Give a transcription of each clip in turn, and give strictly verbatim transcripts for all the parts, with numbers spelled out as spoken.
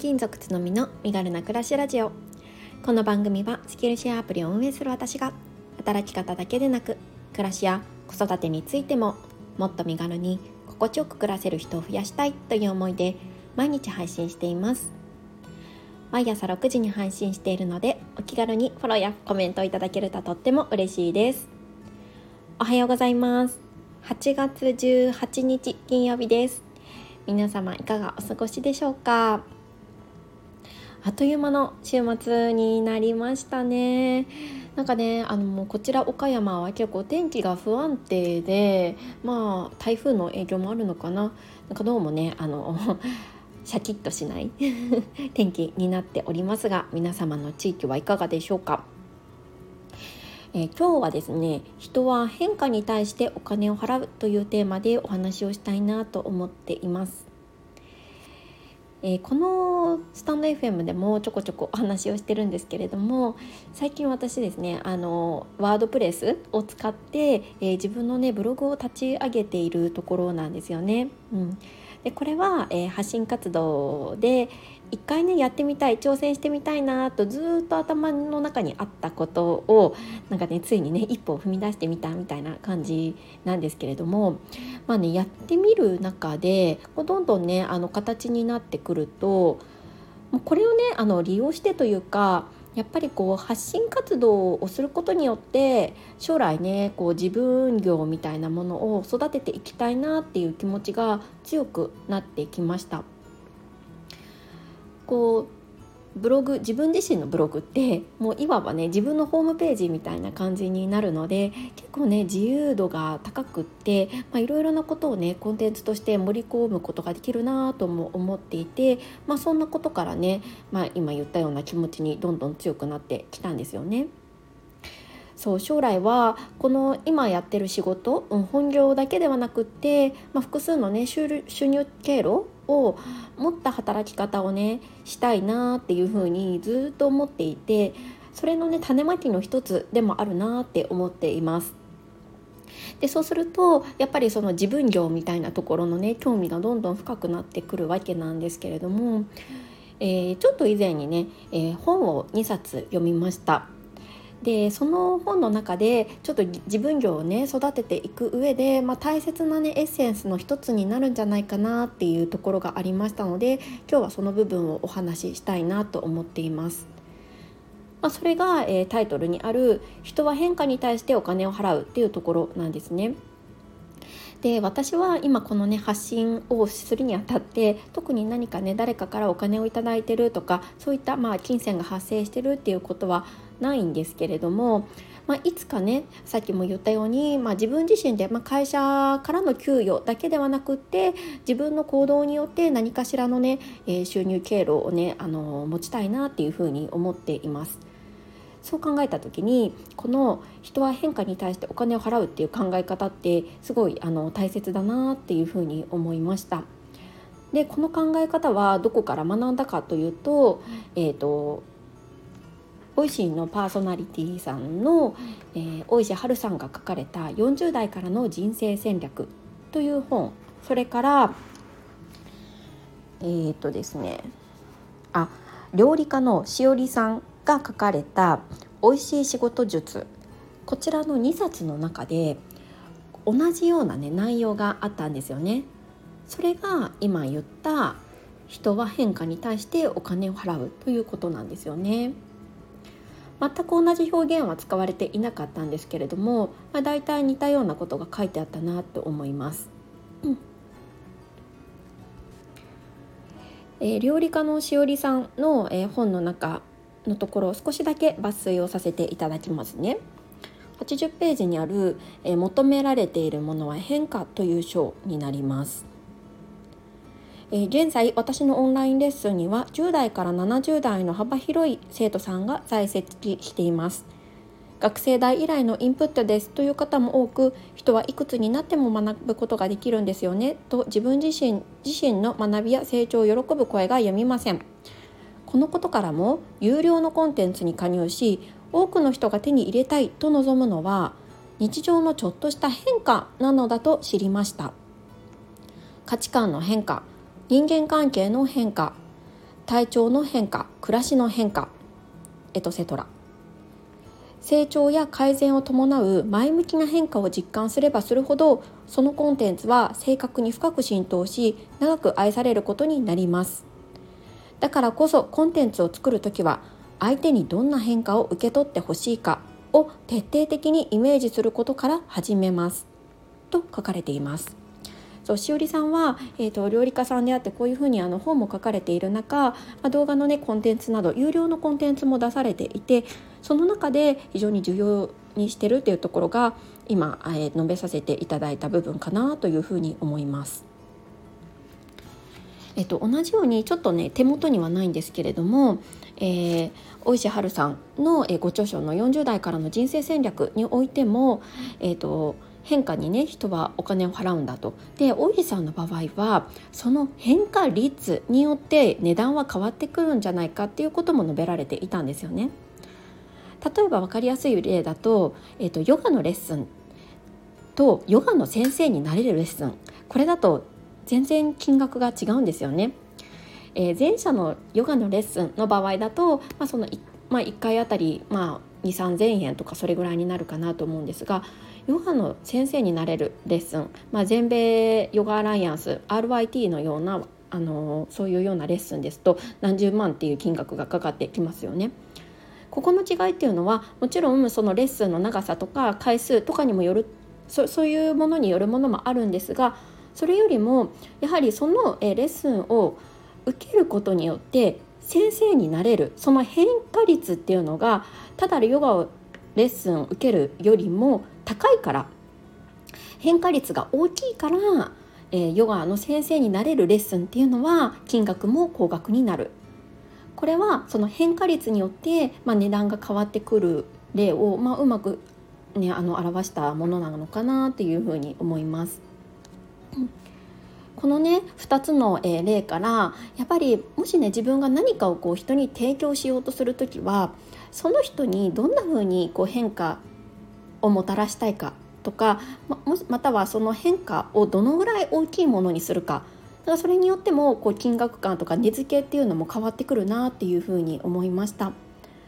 金属つのみの身軽な暮らしラジオ。この番組はスキルシェアアプリを運営する私が働き方だけでなく暮らしや子育てについてももっと身軽に心地よく暮らせる人を増やしたいという思いで毎日配信しています。毎朝ろくじに配信しているのでお気軽にフォローやコメントいただけるととっても嬉しいです。おはようございます。はちがつじゅうはちにち金曜日です。皆様いかがお過ごしでしょうか。あっという間の週末になりましたね。なんかね、あのもうこちら岡山は結構天気が不安定で、まあ台風の影響もあるのかな。なんかどうもね、あのシャキッとしない天気になっておりますが、皆様の地域はいかがでしょうか。えー、今日はですね、人は変化に対してお金を払うというテーマでお話をしたいなと思っています。えー、このスタンド エフエム でもちょこちょこお話をしてるんですけれども、最近私ですね、あのワードプレスを使って、えー、自分のねブログを立ち上げているところなんですよね。うん、でこれは、えー、発信活動で一回ねやってみたい、挑戦してみたいなとずっと頭の中にあったことをなんかねついにね一歩を踏み出してみたみたいな感じなんですけれども、まあねやってみる中でこうどんどんねあの形になってくると、もうこれをねあの利用してというか、やっぱりこう発信活動をすることによって将来ねこう自分業みたいなものを育てていきたいなっていう気持ちが強くなってきました。こうブログ、自分自身のブログってもういわばね自分のホームページみたいな感じになるので、結構ね自由度が高くって、まあ、いろいろなことをねコンテンツとして盛り込むことができるなとも思っていて、まあ、そんなことからね、まあ、今言ったような気持ちにどんどん強くなってきたんですよね。そう、将来はこの今やってる仕事、うん、本業だけではなくって、まあ、複数のね収入、収入経路を持った働き方をねしたいなっていうふうにずっと思っていて、それのね種まきの一つでもあるなって思っています。でそうするとやっぱりその自分業みたいなところのね興味がどんどん深くなってくるわけなんですけれども、えー、ちょっと以前にね、えー、本をにさつ読みました。でその本の中でちょっと自分業をね育てていく上で、まあ、大切なねエッセンスの一つになるんじゃないかなっていうところがありましたので、今日はその部分をお話ししたいなと思っています。まあ、それが、えー、タイトルにある人は変化に対してお金を払うっていうところなんですね。で私は今このね発信をするにあたって特に何かね誰かからお金をいただいてるとかそういったまあ金銭が発生してるっていうことはないんですけれども、まあ、いつかねさっきも言ったように、まあ、自分自身で、まあ、会社からの給与だけではなくって自分の行動によって何かしらのね、えー、収入経路をねあの持ちたいなっていうふうに思っています。そう考えた時にこの人は変化に対してお金を払うっていう考え方ってすごいあの大切だなっていうふうに思いました。でこの考え方はどこから学んだかというと、えーとボイシーのパーソナリティさんの、えー、大石春さんが書かれたよんじゅう代からの人生戦略という本、それからえーとですねあ料理家のしおりさんが書かれたおいしい仕事術、こちらのにさつの中で同じような、ね、内容があったんですよね。それが今言った人は変化に対してお金を払うということなんですよね。全く同じ表現は使われていなかったんですけれども、まあ、大体似たようなことが書いてあったなと思います。うんえー、料理家のしおりさんの、えー、本の中のところを少しだけ抜粋をさせていただきますね。はちじゅっページにある、えー、求められているものは変化という章になります。えー、現在私のオンラインレッスンにはじゅう代からななじゅう代の幅広い生徒さんが在籍しています。学生代以来のインプットですという方も多く、人はいくつになっても学ぶことができるんですよねと自分自身自身の学びや成長を喜ぶ声がやみません。このことからも有料のコンテンツに加入し多くの人が手に入れたいと望むのは日常のちょっとした変化なのだと知りました。価値観の変化、人間関係の変化、 体調の変化、暮らしの変化、エトセトラ。成長や改善を伴う前向きな変化を実感すればするほど、そのコンテンツは正確に深く浸透し、長く愛されることになります。だからこそコンテンツを作るときは、相手にどんな変化を受け取ってほしいかを徹底的にイメージすることから始めますと書かれています。そう、しおりさんは、えーと、料理家さんであって、こういうふうにあの本も書かれている中、まあ、動画の、ね、コンテンツなど有料のコンテンツも出されていて、その中で非常に重要にしているというところが今、えー、述べさせていただいた部分かなというふうに思います。えっと、同じようにちょっとね手元にはないんですけれども、えー、大石春さんの、えー、ご著書のよんじゅう代からの人生戦略においても、えーと変化にね人はお金を払うんだと。で、大石さんの場合はその変化率によって値段は変わってくるんじゃないかっていうことも述べられていたんですよね。例えば分かりやすい例だと、えーと、ヨガのレッスンとヨガの先生になれるレッスン、これだと全然金額が違うんですよね。えー、前者のヨガのレッスンの場合だと、まあ、その い,、まあ、いっかいあたり、まあ、にせんさんぜんえんとかそれぐらいになるかなと思うんですが、ヨガの先生になれるレッスン、まあ、全米ヨガアライアンス アールアイティー のようなあのそういうようなレッスンですと何十万っていう金額がかかってきますよね。ここの違いっていうのはもちろんそのレッスンの長さとか回数とかにもよる そ, そういうものによるものもあるんですが、それよりもやはりそのレッスンを受けることによって先生になれるその変化率っていうのがただヨガをレッスンを受けるよりも高いから、変化率が大きいから、えー、ヨガの先生になれるレッスンっていうのは金額も高額になる。これはその変化率によって、まあ、値段が変わってくる例を、まあ、うまく、ね、あの表したものなのかなっていうふうに思います。このねふたつの例からやっぱりもしね自分が何かをこう人に提供しようとするときは、その人にどんな風にこう変化をもたらしたいかとか、 ま, またはその変化をどのぐらい大きいものにするか、だからそれによってもこう金額感とか値付けっていうのも変わってくるなっていう風に思いました。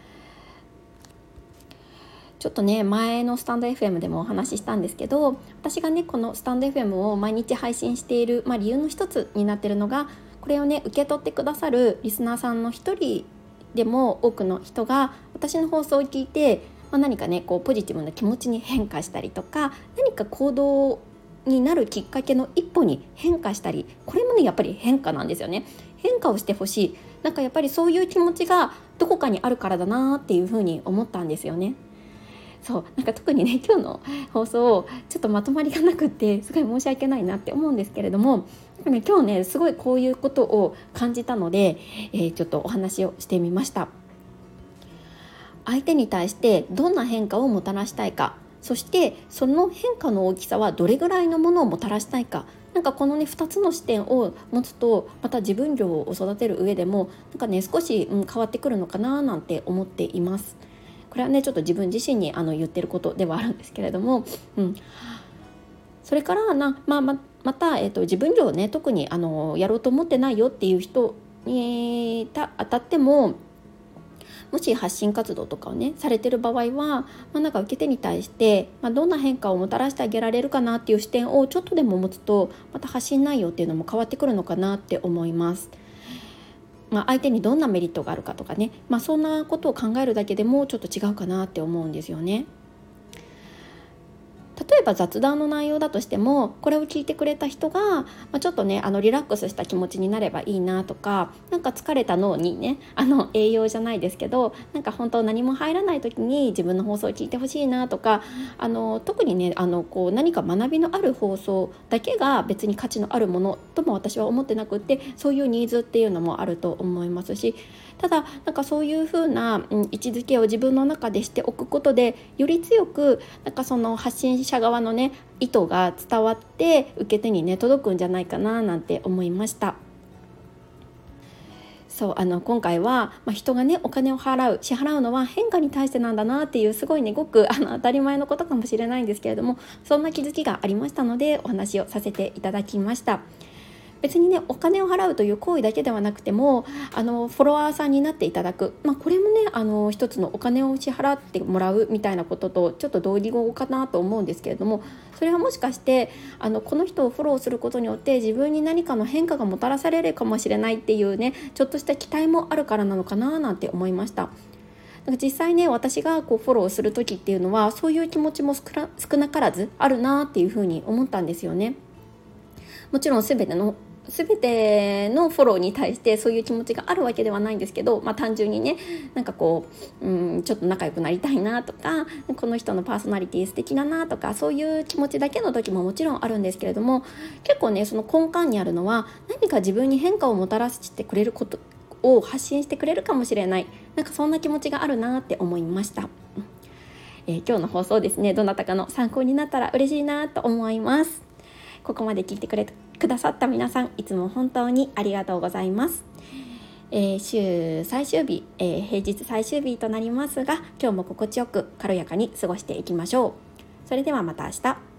ちょっとね前のスタンド エフエム でもお話ししたんですけど、私がねこのスタンド エフエム を毎日配信している、まあ、理由の一つになっているのが、これをね受け取ってくださるリスナーさんの一人でも多くの人が私の放送を聞いて、まあ、何かねこうポジティブな気持ちに変化したりとか、何か行動になるきっかけの一歩に変化したり、これもねやっぱり変化なんですよね。変化をしてほしい、なんかやっぱりそういう気持ちがどこかにあるからだなっていうふうに思ったんですよね。そうなんか特にね今日の放送ちょっとまとまりがなくってすごい申し訳ないなって思うんですけれども、なんかね、今日ねすごいこういうことを感じたので、えー、ちょっとお話をしてみました。相手に対してどんな変化をもたらしたいか、そしてその変化の大きさはどれぐらいのものをもたらしたいか、なんかこのねふたつの視点を持つと、また自分業を育てる上でもなんかね少し、うん、変わってくるのかななんて思っています。これはねちょっと自分自身にあの言ってることではあるんですけれども、うん、それからな、まあ、ま, また、えーと、自分業をね特にあのやろうと思ってないよっていう人にた当たっても、もし発信活動とかをねされてる場合は、まあ、なんか受け手に対して、まあ、どんな変化をもたらしてあげられるかなっていう視点をちょっとでも持つと、また発信内容っていうのも変わってくるのかなって思います。まあ、相手にどんなメリットがあるかとかね、まあ、そんなことを考えるだけでもちょっと違うかなって思うんですよね。例えば雑談の内容だとしても、これを聞いてくれた人が、まあ、ちょっとねあのリラックスした気持ちになればいいなとか、なんか疲れた脳にねあの栄養じゃないですけど、なんか本当何も入らない時に自分の放送を聞いてほしいなとか、あの特にねあのこう何か学びのある放送だけが別に価値のあるものとも私は思ってなくって、そういうニーズっていうのもあると思いますし、ただなんかそういう風な、うん、位置づけを自分の中でしておくことで、より強くなんかその発信者側のね意図が伝わって受け手にね届くんじゃないかななんて思いました。そうあの今回は、まあ、人がねお金を払う支払うのは変化に対してなんだなっていう、すごいねごくあの当たり前のことかもしれないんですけれども、そんな気づきがありましたのでお話をさせていただきました。 別にねお金を払うという行為だけではなくてもあのフォロワーさんになっていただく、まあ、これもねあの一つのお金を支払ってもらうみたいなこととちょっと同義語かなと思うんですけれども、それはもしかしてあのこの人をフォローすることによって自分に何かの変化がもたらされるかもしれないっていうねちょっとした期待もあるからなのかななんて思いました。なんか実際ね私がこうフォローする時っていうのはそういう気持ちも少な、少なからずあるなっていうふうに思ったんですよね。もちろん全ての全てのフォローに対してそういう気持ちがあるわけではないんですけど、まあ、単純にねなんかこう、うん、ちょっと仲良くなりたいなとかこの人のパーソナリティ素敵だなとかそういう気持ちだけの時ももちろんあるんですけれども、結構ねその根幹にあるのは何か自分に変化をもたらしてくれることを発信してくれるかもしれない、なんかそんな気持ちがあるなって思いました。えー、今日の放送ですねどなたかの参考になったら嬉しいなと思います。ここまで聞いてくれくださった皆さんいつも本当にありがとうございます。えー、週最終日、えー、平日最終日となりますが今日も心地よく軽やかに過ごしていきましょう。それではまた明日。